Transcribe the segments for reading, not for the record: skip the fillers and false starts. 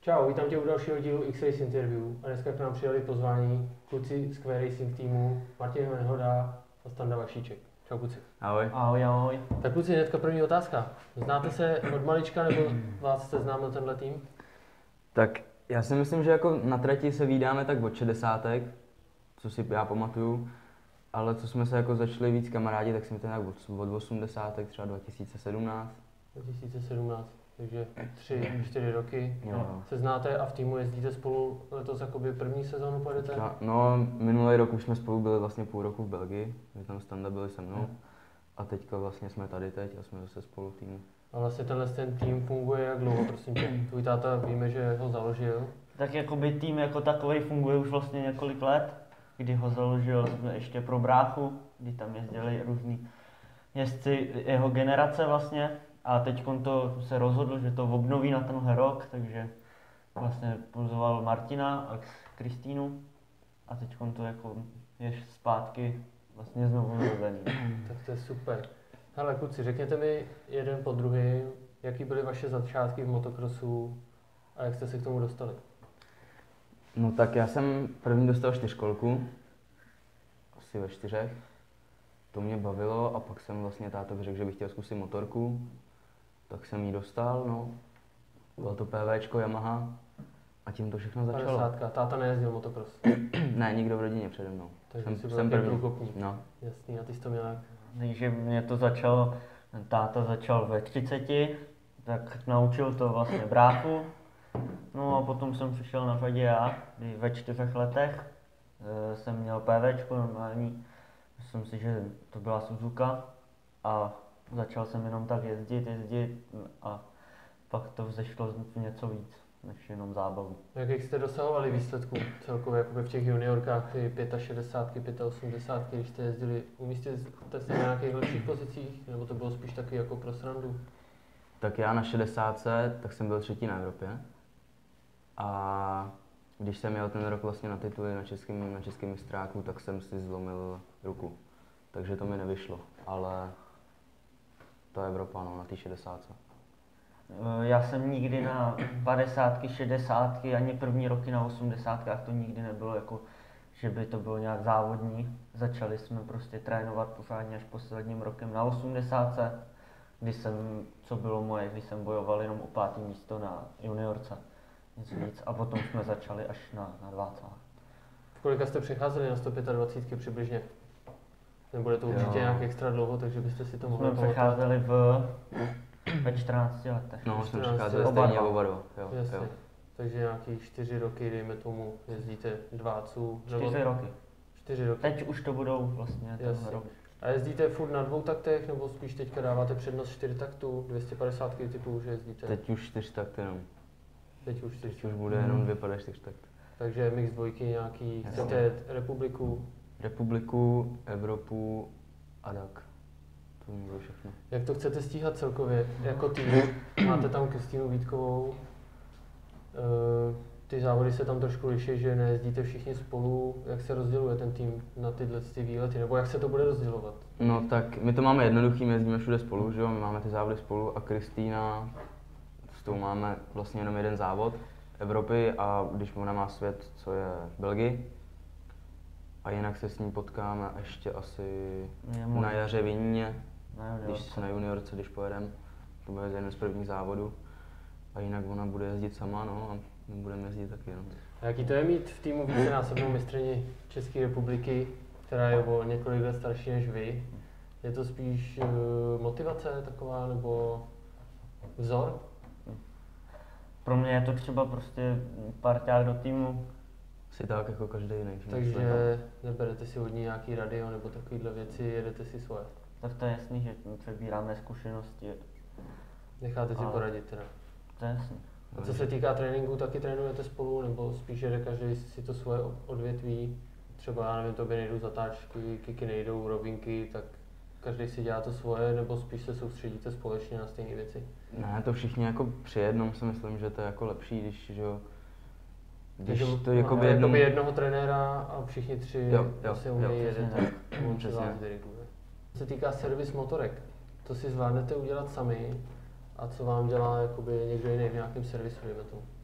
Čau, vítám tě u dalšího dílu X-Race Interview a dneska k nám přijali pozvání kluci z Q-Racing týmu Martin Nehoda a Standa Vašíček. Čau kluci. Ahoj. Ahoj, ahoj. Tak kluci, hnedka první otázka. Znáte se od malička nebo vás jste známil tenhle tým? Tak já si myslím, že jako na trati se vídáme tak od 60, co si já pamatuju, ale co jsme se jako začali víc kamarádi, tak jsem to nějak od 80, třeba 2017. 2017, takže 3-4 roky Jo. se znáte a v týmu jezdíte spolu letos jakoby první sezónu pojedete? No, minulý rok už jsme spolu byli vlastně půl roku v Belgii, že tam Standa byli se mnou. A teďka vlastně jsme tady teď a jsme zase spolu v týmu. A vlastně ten tým funguje jak dlouho, prosím tě? Tvůj táta víme, že ho založil. Tak jakoby tým jako takový funguje už vlastně několik let, kdy ho založil ještě pro bráchu, kdy tam jezdili různí jezdci jeho generace vlastně. A teď to se rozhodl, že to obnoví na tenhle rok, takže vlastně pozval Martina a Kristýnu a teď to jako je zpátky vlastně znovu zrozený. Tak to je super. Hele kluci, řekněte mi jeden po druhém, jaký byly vaše začátky v motokrosu a jak jste se k tomu dostali? No tak já jsem první dostal čtyřkolku, asi ve 4. To mě bavilo a pak jsem vlastně tátovi řekl, že bych chtěl zkusit motorku. Tak jsem ji dostal, no. Bylo to PVčko Yamaha a tím to všechno začalo. 50. Táta nejezdil motokros. Ne, nikdo v rodině přede mnou. Takže jsi byl jsem taky první. průkopník. No. Jasný, a ty jsi to měl jak? Takže mě to začalo, táta začal ve 30, tak naučil to vlastně bráchu. No a potom jsem přišel na řadě já, kdy ve 4 letech jsem měl PVčko normální. Myslím si, že to byla Suzuka a začal jsem jenom tak jezdit a pak to vzešlo z něco víc než jenom zábavu. Jak jste dosahovali výsledků celkově jakoby v těch juniorkách, ty 65, 85, když jste jezdili, umístěli jste se na nějakých lepších pozicích, nebo to bylo spíš taky jako pro srandu? Tak já na 60, tak jsem byl 3. na Evropě. A když jsem jel ten rok vlastně na tituly na českém mistráku, tak jsem si zlomil ruku. Takže to mi nevyšlo, ale to je Evropa, no, na té 60. Já jsem nikdy na 50, 60, ani první roky na 80 to nikdy nebylo jako, že by to bylo nějak závodní. Začali jsme prostě trénovat pořádně až posledním rokem na 80, co bylo moje, když jsem bojoval jenom o 5. místo na juniorce. Nic víc. A potom jsme začali až na 20. V kolika jste přecházeli na 125 přibližně? Nebude to určitě nějak extra dlouho, takže byste si to mohli Jsme přecházeli ve 14 letech. No, jsme 14 přicházeli oba stejně dva. oba dva. Jo, Jasně. jo. Takže nějaký 4 roky, dejme tomu, jezdíte dváců. 4 roky. 4 roky. Teď už to budou vlastně tenhle Jasně. rok. A jezdíte furt na 2 taktech, nebo spíš teďka dáváte přednost 4 taktů, 250 typu, že jezdíte? Teď už 4 takty jenom. Teď už 4. Teď už bude jenom 2 4 takty. Takže mix dvojky nějaký, Jasně. chcete republiku. Republiku, Evropu a DAC. To bylo všechno. Jak to chcete stíhat celkově jako tým? Máte tam Kristýnu Vítkovou, ty závody se tam trošku liší, že nejezdíte všichni spolu. Jak se rozděluje ten tým na tyhle výlety, nebo jak se to bude rozdělovat? No tak my to máme jednoduchý, my jezdíme všude spolu, že jo, my máme ty závody spolu a Kristýna, s tou máme vlastně jenom jeden závod Evropy a když ona má svět, co je v Belgii. A jinak se s ní potkáme ještě asi na jaře v Jiníně, na juniorce, když pojedeme. To bude jeden z prvních závodů. A jinak ona bude jezdit sama, no, a my budeme jezdit taky, no. A jaký to je mít v týmu vícenásobnou mistryni České republiky, která je o několik let starší než vy? Je to spíš motivace taková, nebo vzor? Pro mě je to třeba prostě parťák do týmu. Asi tak jako každý jiný. Takže neberete si od ní nějaký radio nebo takovéhle věci, jedete si svoje? Tak to je jasný, že přebíráme zkušenosti. Necháte si poradit teda? To je jasný. A co se týká tréninku, taky trénujete spolu, nebo spíš jede každý si to svoje odvětví? Třeba, já nevím, tobě nejdou zatáčky, kiky nejdou, rovinky, tak každý si dělá to svoje, nebo spíš se soustředíte společně na stejné věci? Ne, to všichni jako při jednom si myslím, že to je jako lepší, když, že jo, když Takže to jakoby jednom... jednoho trenéra a všichni 3 asi umějí jedet, tak on přesně. vás diriguje. Co se týká servis motorek, to si zvládnete udělat sami a co vám dělá jakoby někdo jiný v nějakém servisu, dejme tomu?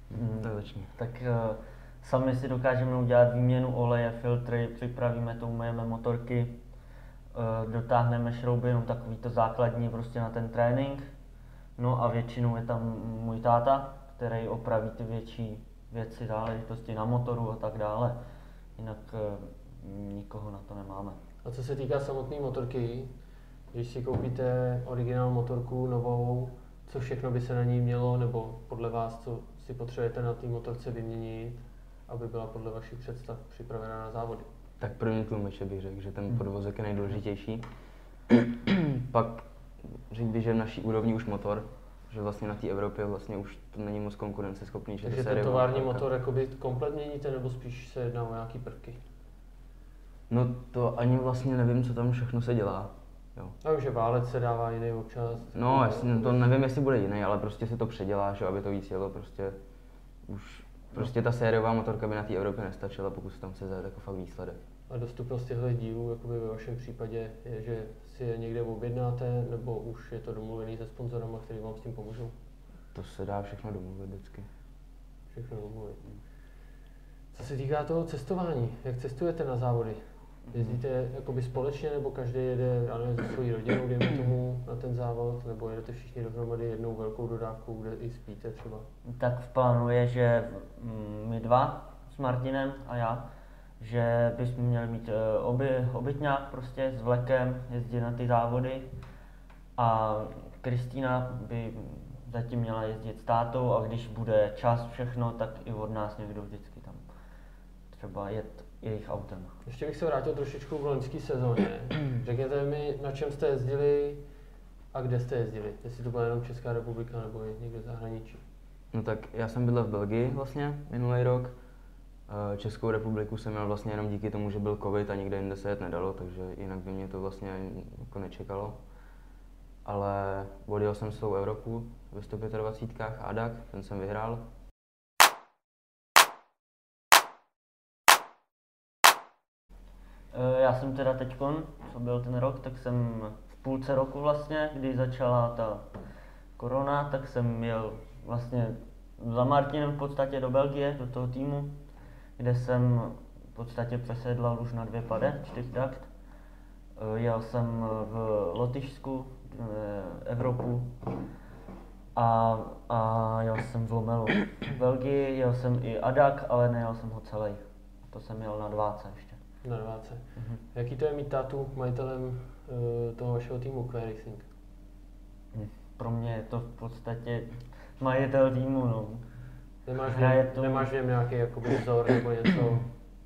Dodatečně. Tak sami si dokážeme udělat výměnu oleje, filtry, připravíme to, umyjeme motorky, dotáhneme šrouby, jenom takový to základní prostě na ten trénink. No a většinou je tam můj táta, který opraví ty větší věci, záležitosti na motoru a tak dále. Jinak nikoho na to nemáme. A co se týká samotné motorky, když si koupíte originál motorku novou, co všechno by se na ní mělo, nebo podle vás, co si potřebujete na té motorce vyměnit, aby byla podle vašich představ připravená na závody? Tak první tlumiče bych řekl, že ten podvozek je nejdůležitější. Pak řekl bych, že v naší úrovni už motor, že vlastně na té Evropě vlastně už to není moc konkurenceschopný. Takže ten tovární motor jakoby komplet měníte, nebo spíš se jedná o nějaký prvky? No to ani vlastně nevím, co tam všechno se dělá. Jo. Já vím, že válec se dává jiný občas. No jasně, to nevím, jestli bude jiný, ale prostě se to předělá, že aby to víc jelo, prostě ta sériová motorka by na té Evropě nestačila, pokud se tam chce zajet jako fakt výsledek. A dostupnost těchto dílů jakoby ve vašem případě je, že si je někde objednáte, nebo už je to domluvený se sponzorama, kteří vám s tím pomůžou? To se dá všechno domluvit vždycky. Všechno domluvit. Co se týká toho cestování, jak cestujete na závody? Jezdíte jakoby společně, nebo každý jede, já nevím, se svojí rodinou, dejme tomu, na ten závod, nebo jedete všichni dohromady jednou velkou dodávkou, kde i spíte třeba? Tak v plánu je, že my dva s Martinem a já, že bychom měli mít obytňák prostě s vlekem, jezdit na ty závody a Kristýna by zatím měla jezdit s tátou a když bude čas všechno, tak i od nás někdo vždycky tam třeba jet jejich autem. Ještě bych se vrátil trošičku k loňské sezóně. Řekněte mi, na čem jste jezdili a kde jste jezdili? Jestli to byla jenom Česká republika nebo i někde v zahraničí? No tak já jsem bydlel v Belgii vlastně minulý rok. Českou republiku jsem měl vlastně jenom díky tomu, že byl covid a nikde jinde se jet nedalo, takže jinak by mě to vlastně jako nečekalo. Ale odjel jsem celou Evropu ve 125 ADAC, ten jsem vyhrál. Já jsem teda teďkon, co byl ten rok, tak jsem v půlce roku vlastně, kdy začala ta korona, tak jsem jel vlastně za Martinem v podstatě do Belgie, do toho týmu, kde jsem v podstatě přesedlal už na 2 pade, 4takt. Jel jsem v Lotyšsku, Evropu a jel jsem v Lomelu. V Belgii jel jsem i ADAC, ale nejel jsem ho celý. To jsem jel na 20 ještě. Na 20. Jaký to je mít tátu majitelem toho vašeho týmu Q Racing? Pro mě je to v podstatě majitel týmu, no. Nemáš v něm nějaký jakoby vzor nebo něco?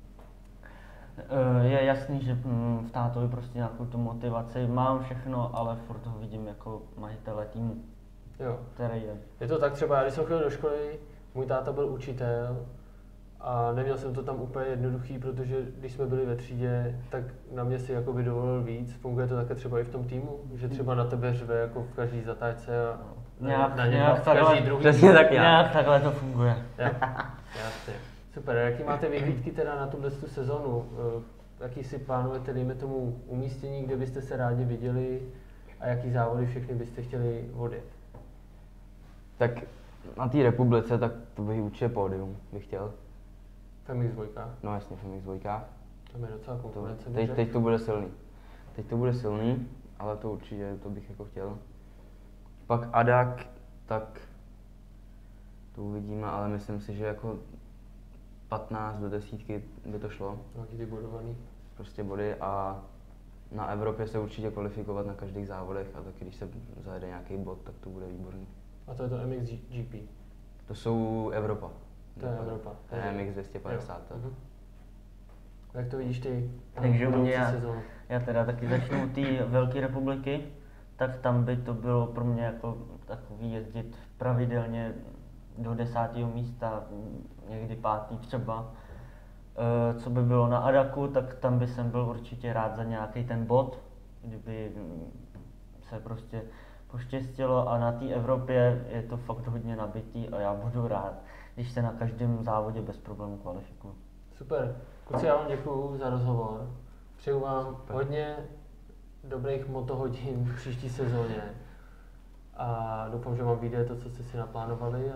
Je jasný, že v tátovi prostě nějakou tu motivaci mám všechno, ale furt ho vidím jako majitele týmu, Jo. který je. Je to tak třeba, když jsem chodil do školy, můj táta byl učitel a neměl jsem to tam úplně jednoduchý, protože když jsme byli ve třídě, tak na mě si jakoby dovolil víc. Funguje to také třeba i v tom týmu, že třeba na tebe řve jako v každý zatáčce a na něm v každý druhý. Přesně tak Nějak takhle to funguje. Jo, jasně. Super, jaký máte vyhlídky teda na tuhle sezonu? Jaký si plánujete, dejme tomu, umístění, kde byste se rádi viděli a jaký závody všechny byste chtěli odjet? Tak na té republice, tak to bych určitě pódium, bych chtěl. FMX 2. No jasně, FMX 2. Tam je docela konkurence. Teď to bude silný. Teď to bude silný, ale to určitě, to bych jako chtěl. Pak ADAC, tak to uvidíme, ale myslím si, že jako 15 do 10 by to šlo. Nějaký ty bodovaný. Prostě body a na Evropě se určitě kvalifikovat na každých závodech a taky když se zajede nějaký bod, tak to bude výborný. A to je to MXGP? To jsou Evropa. To je Evropa. To je MX 250. Jak to vidíš ty? Takže u mě já teda taky začnu té Velké republiky, tak tam by to bylo pro mě jako takový jezdit pravidelně do 10. místa, někdy 5. třeba. Co by bylo na ADACu, tak tam by jsem byl určitě rád za nějaký ten bod, kdyby se prostě poštěstilo a na té Evropě je to fakt hodně nabitý a já budu rád, když se na každém závodě bez problémů kvalifikuju. Super. Kluci, já vám děkuju za rozhovor. Přeju vám hodně dobrých motohodin v příští sezóně a doufám, že vám vyjde to, co jste si naplánovali a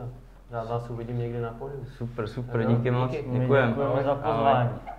Rád vás uvidím někde na pódiu. Super, super, Tak jo, díky moc, díky. My děkujem. děkujeme za Ahoj. pozvání.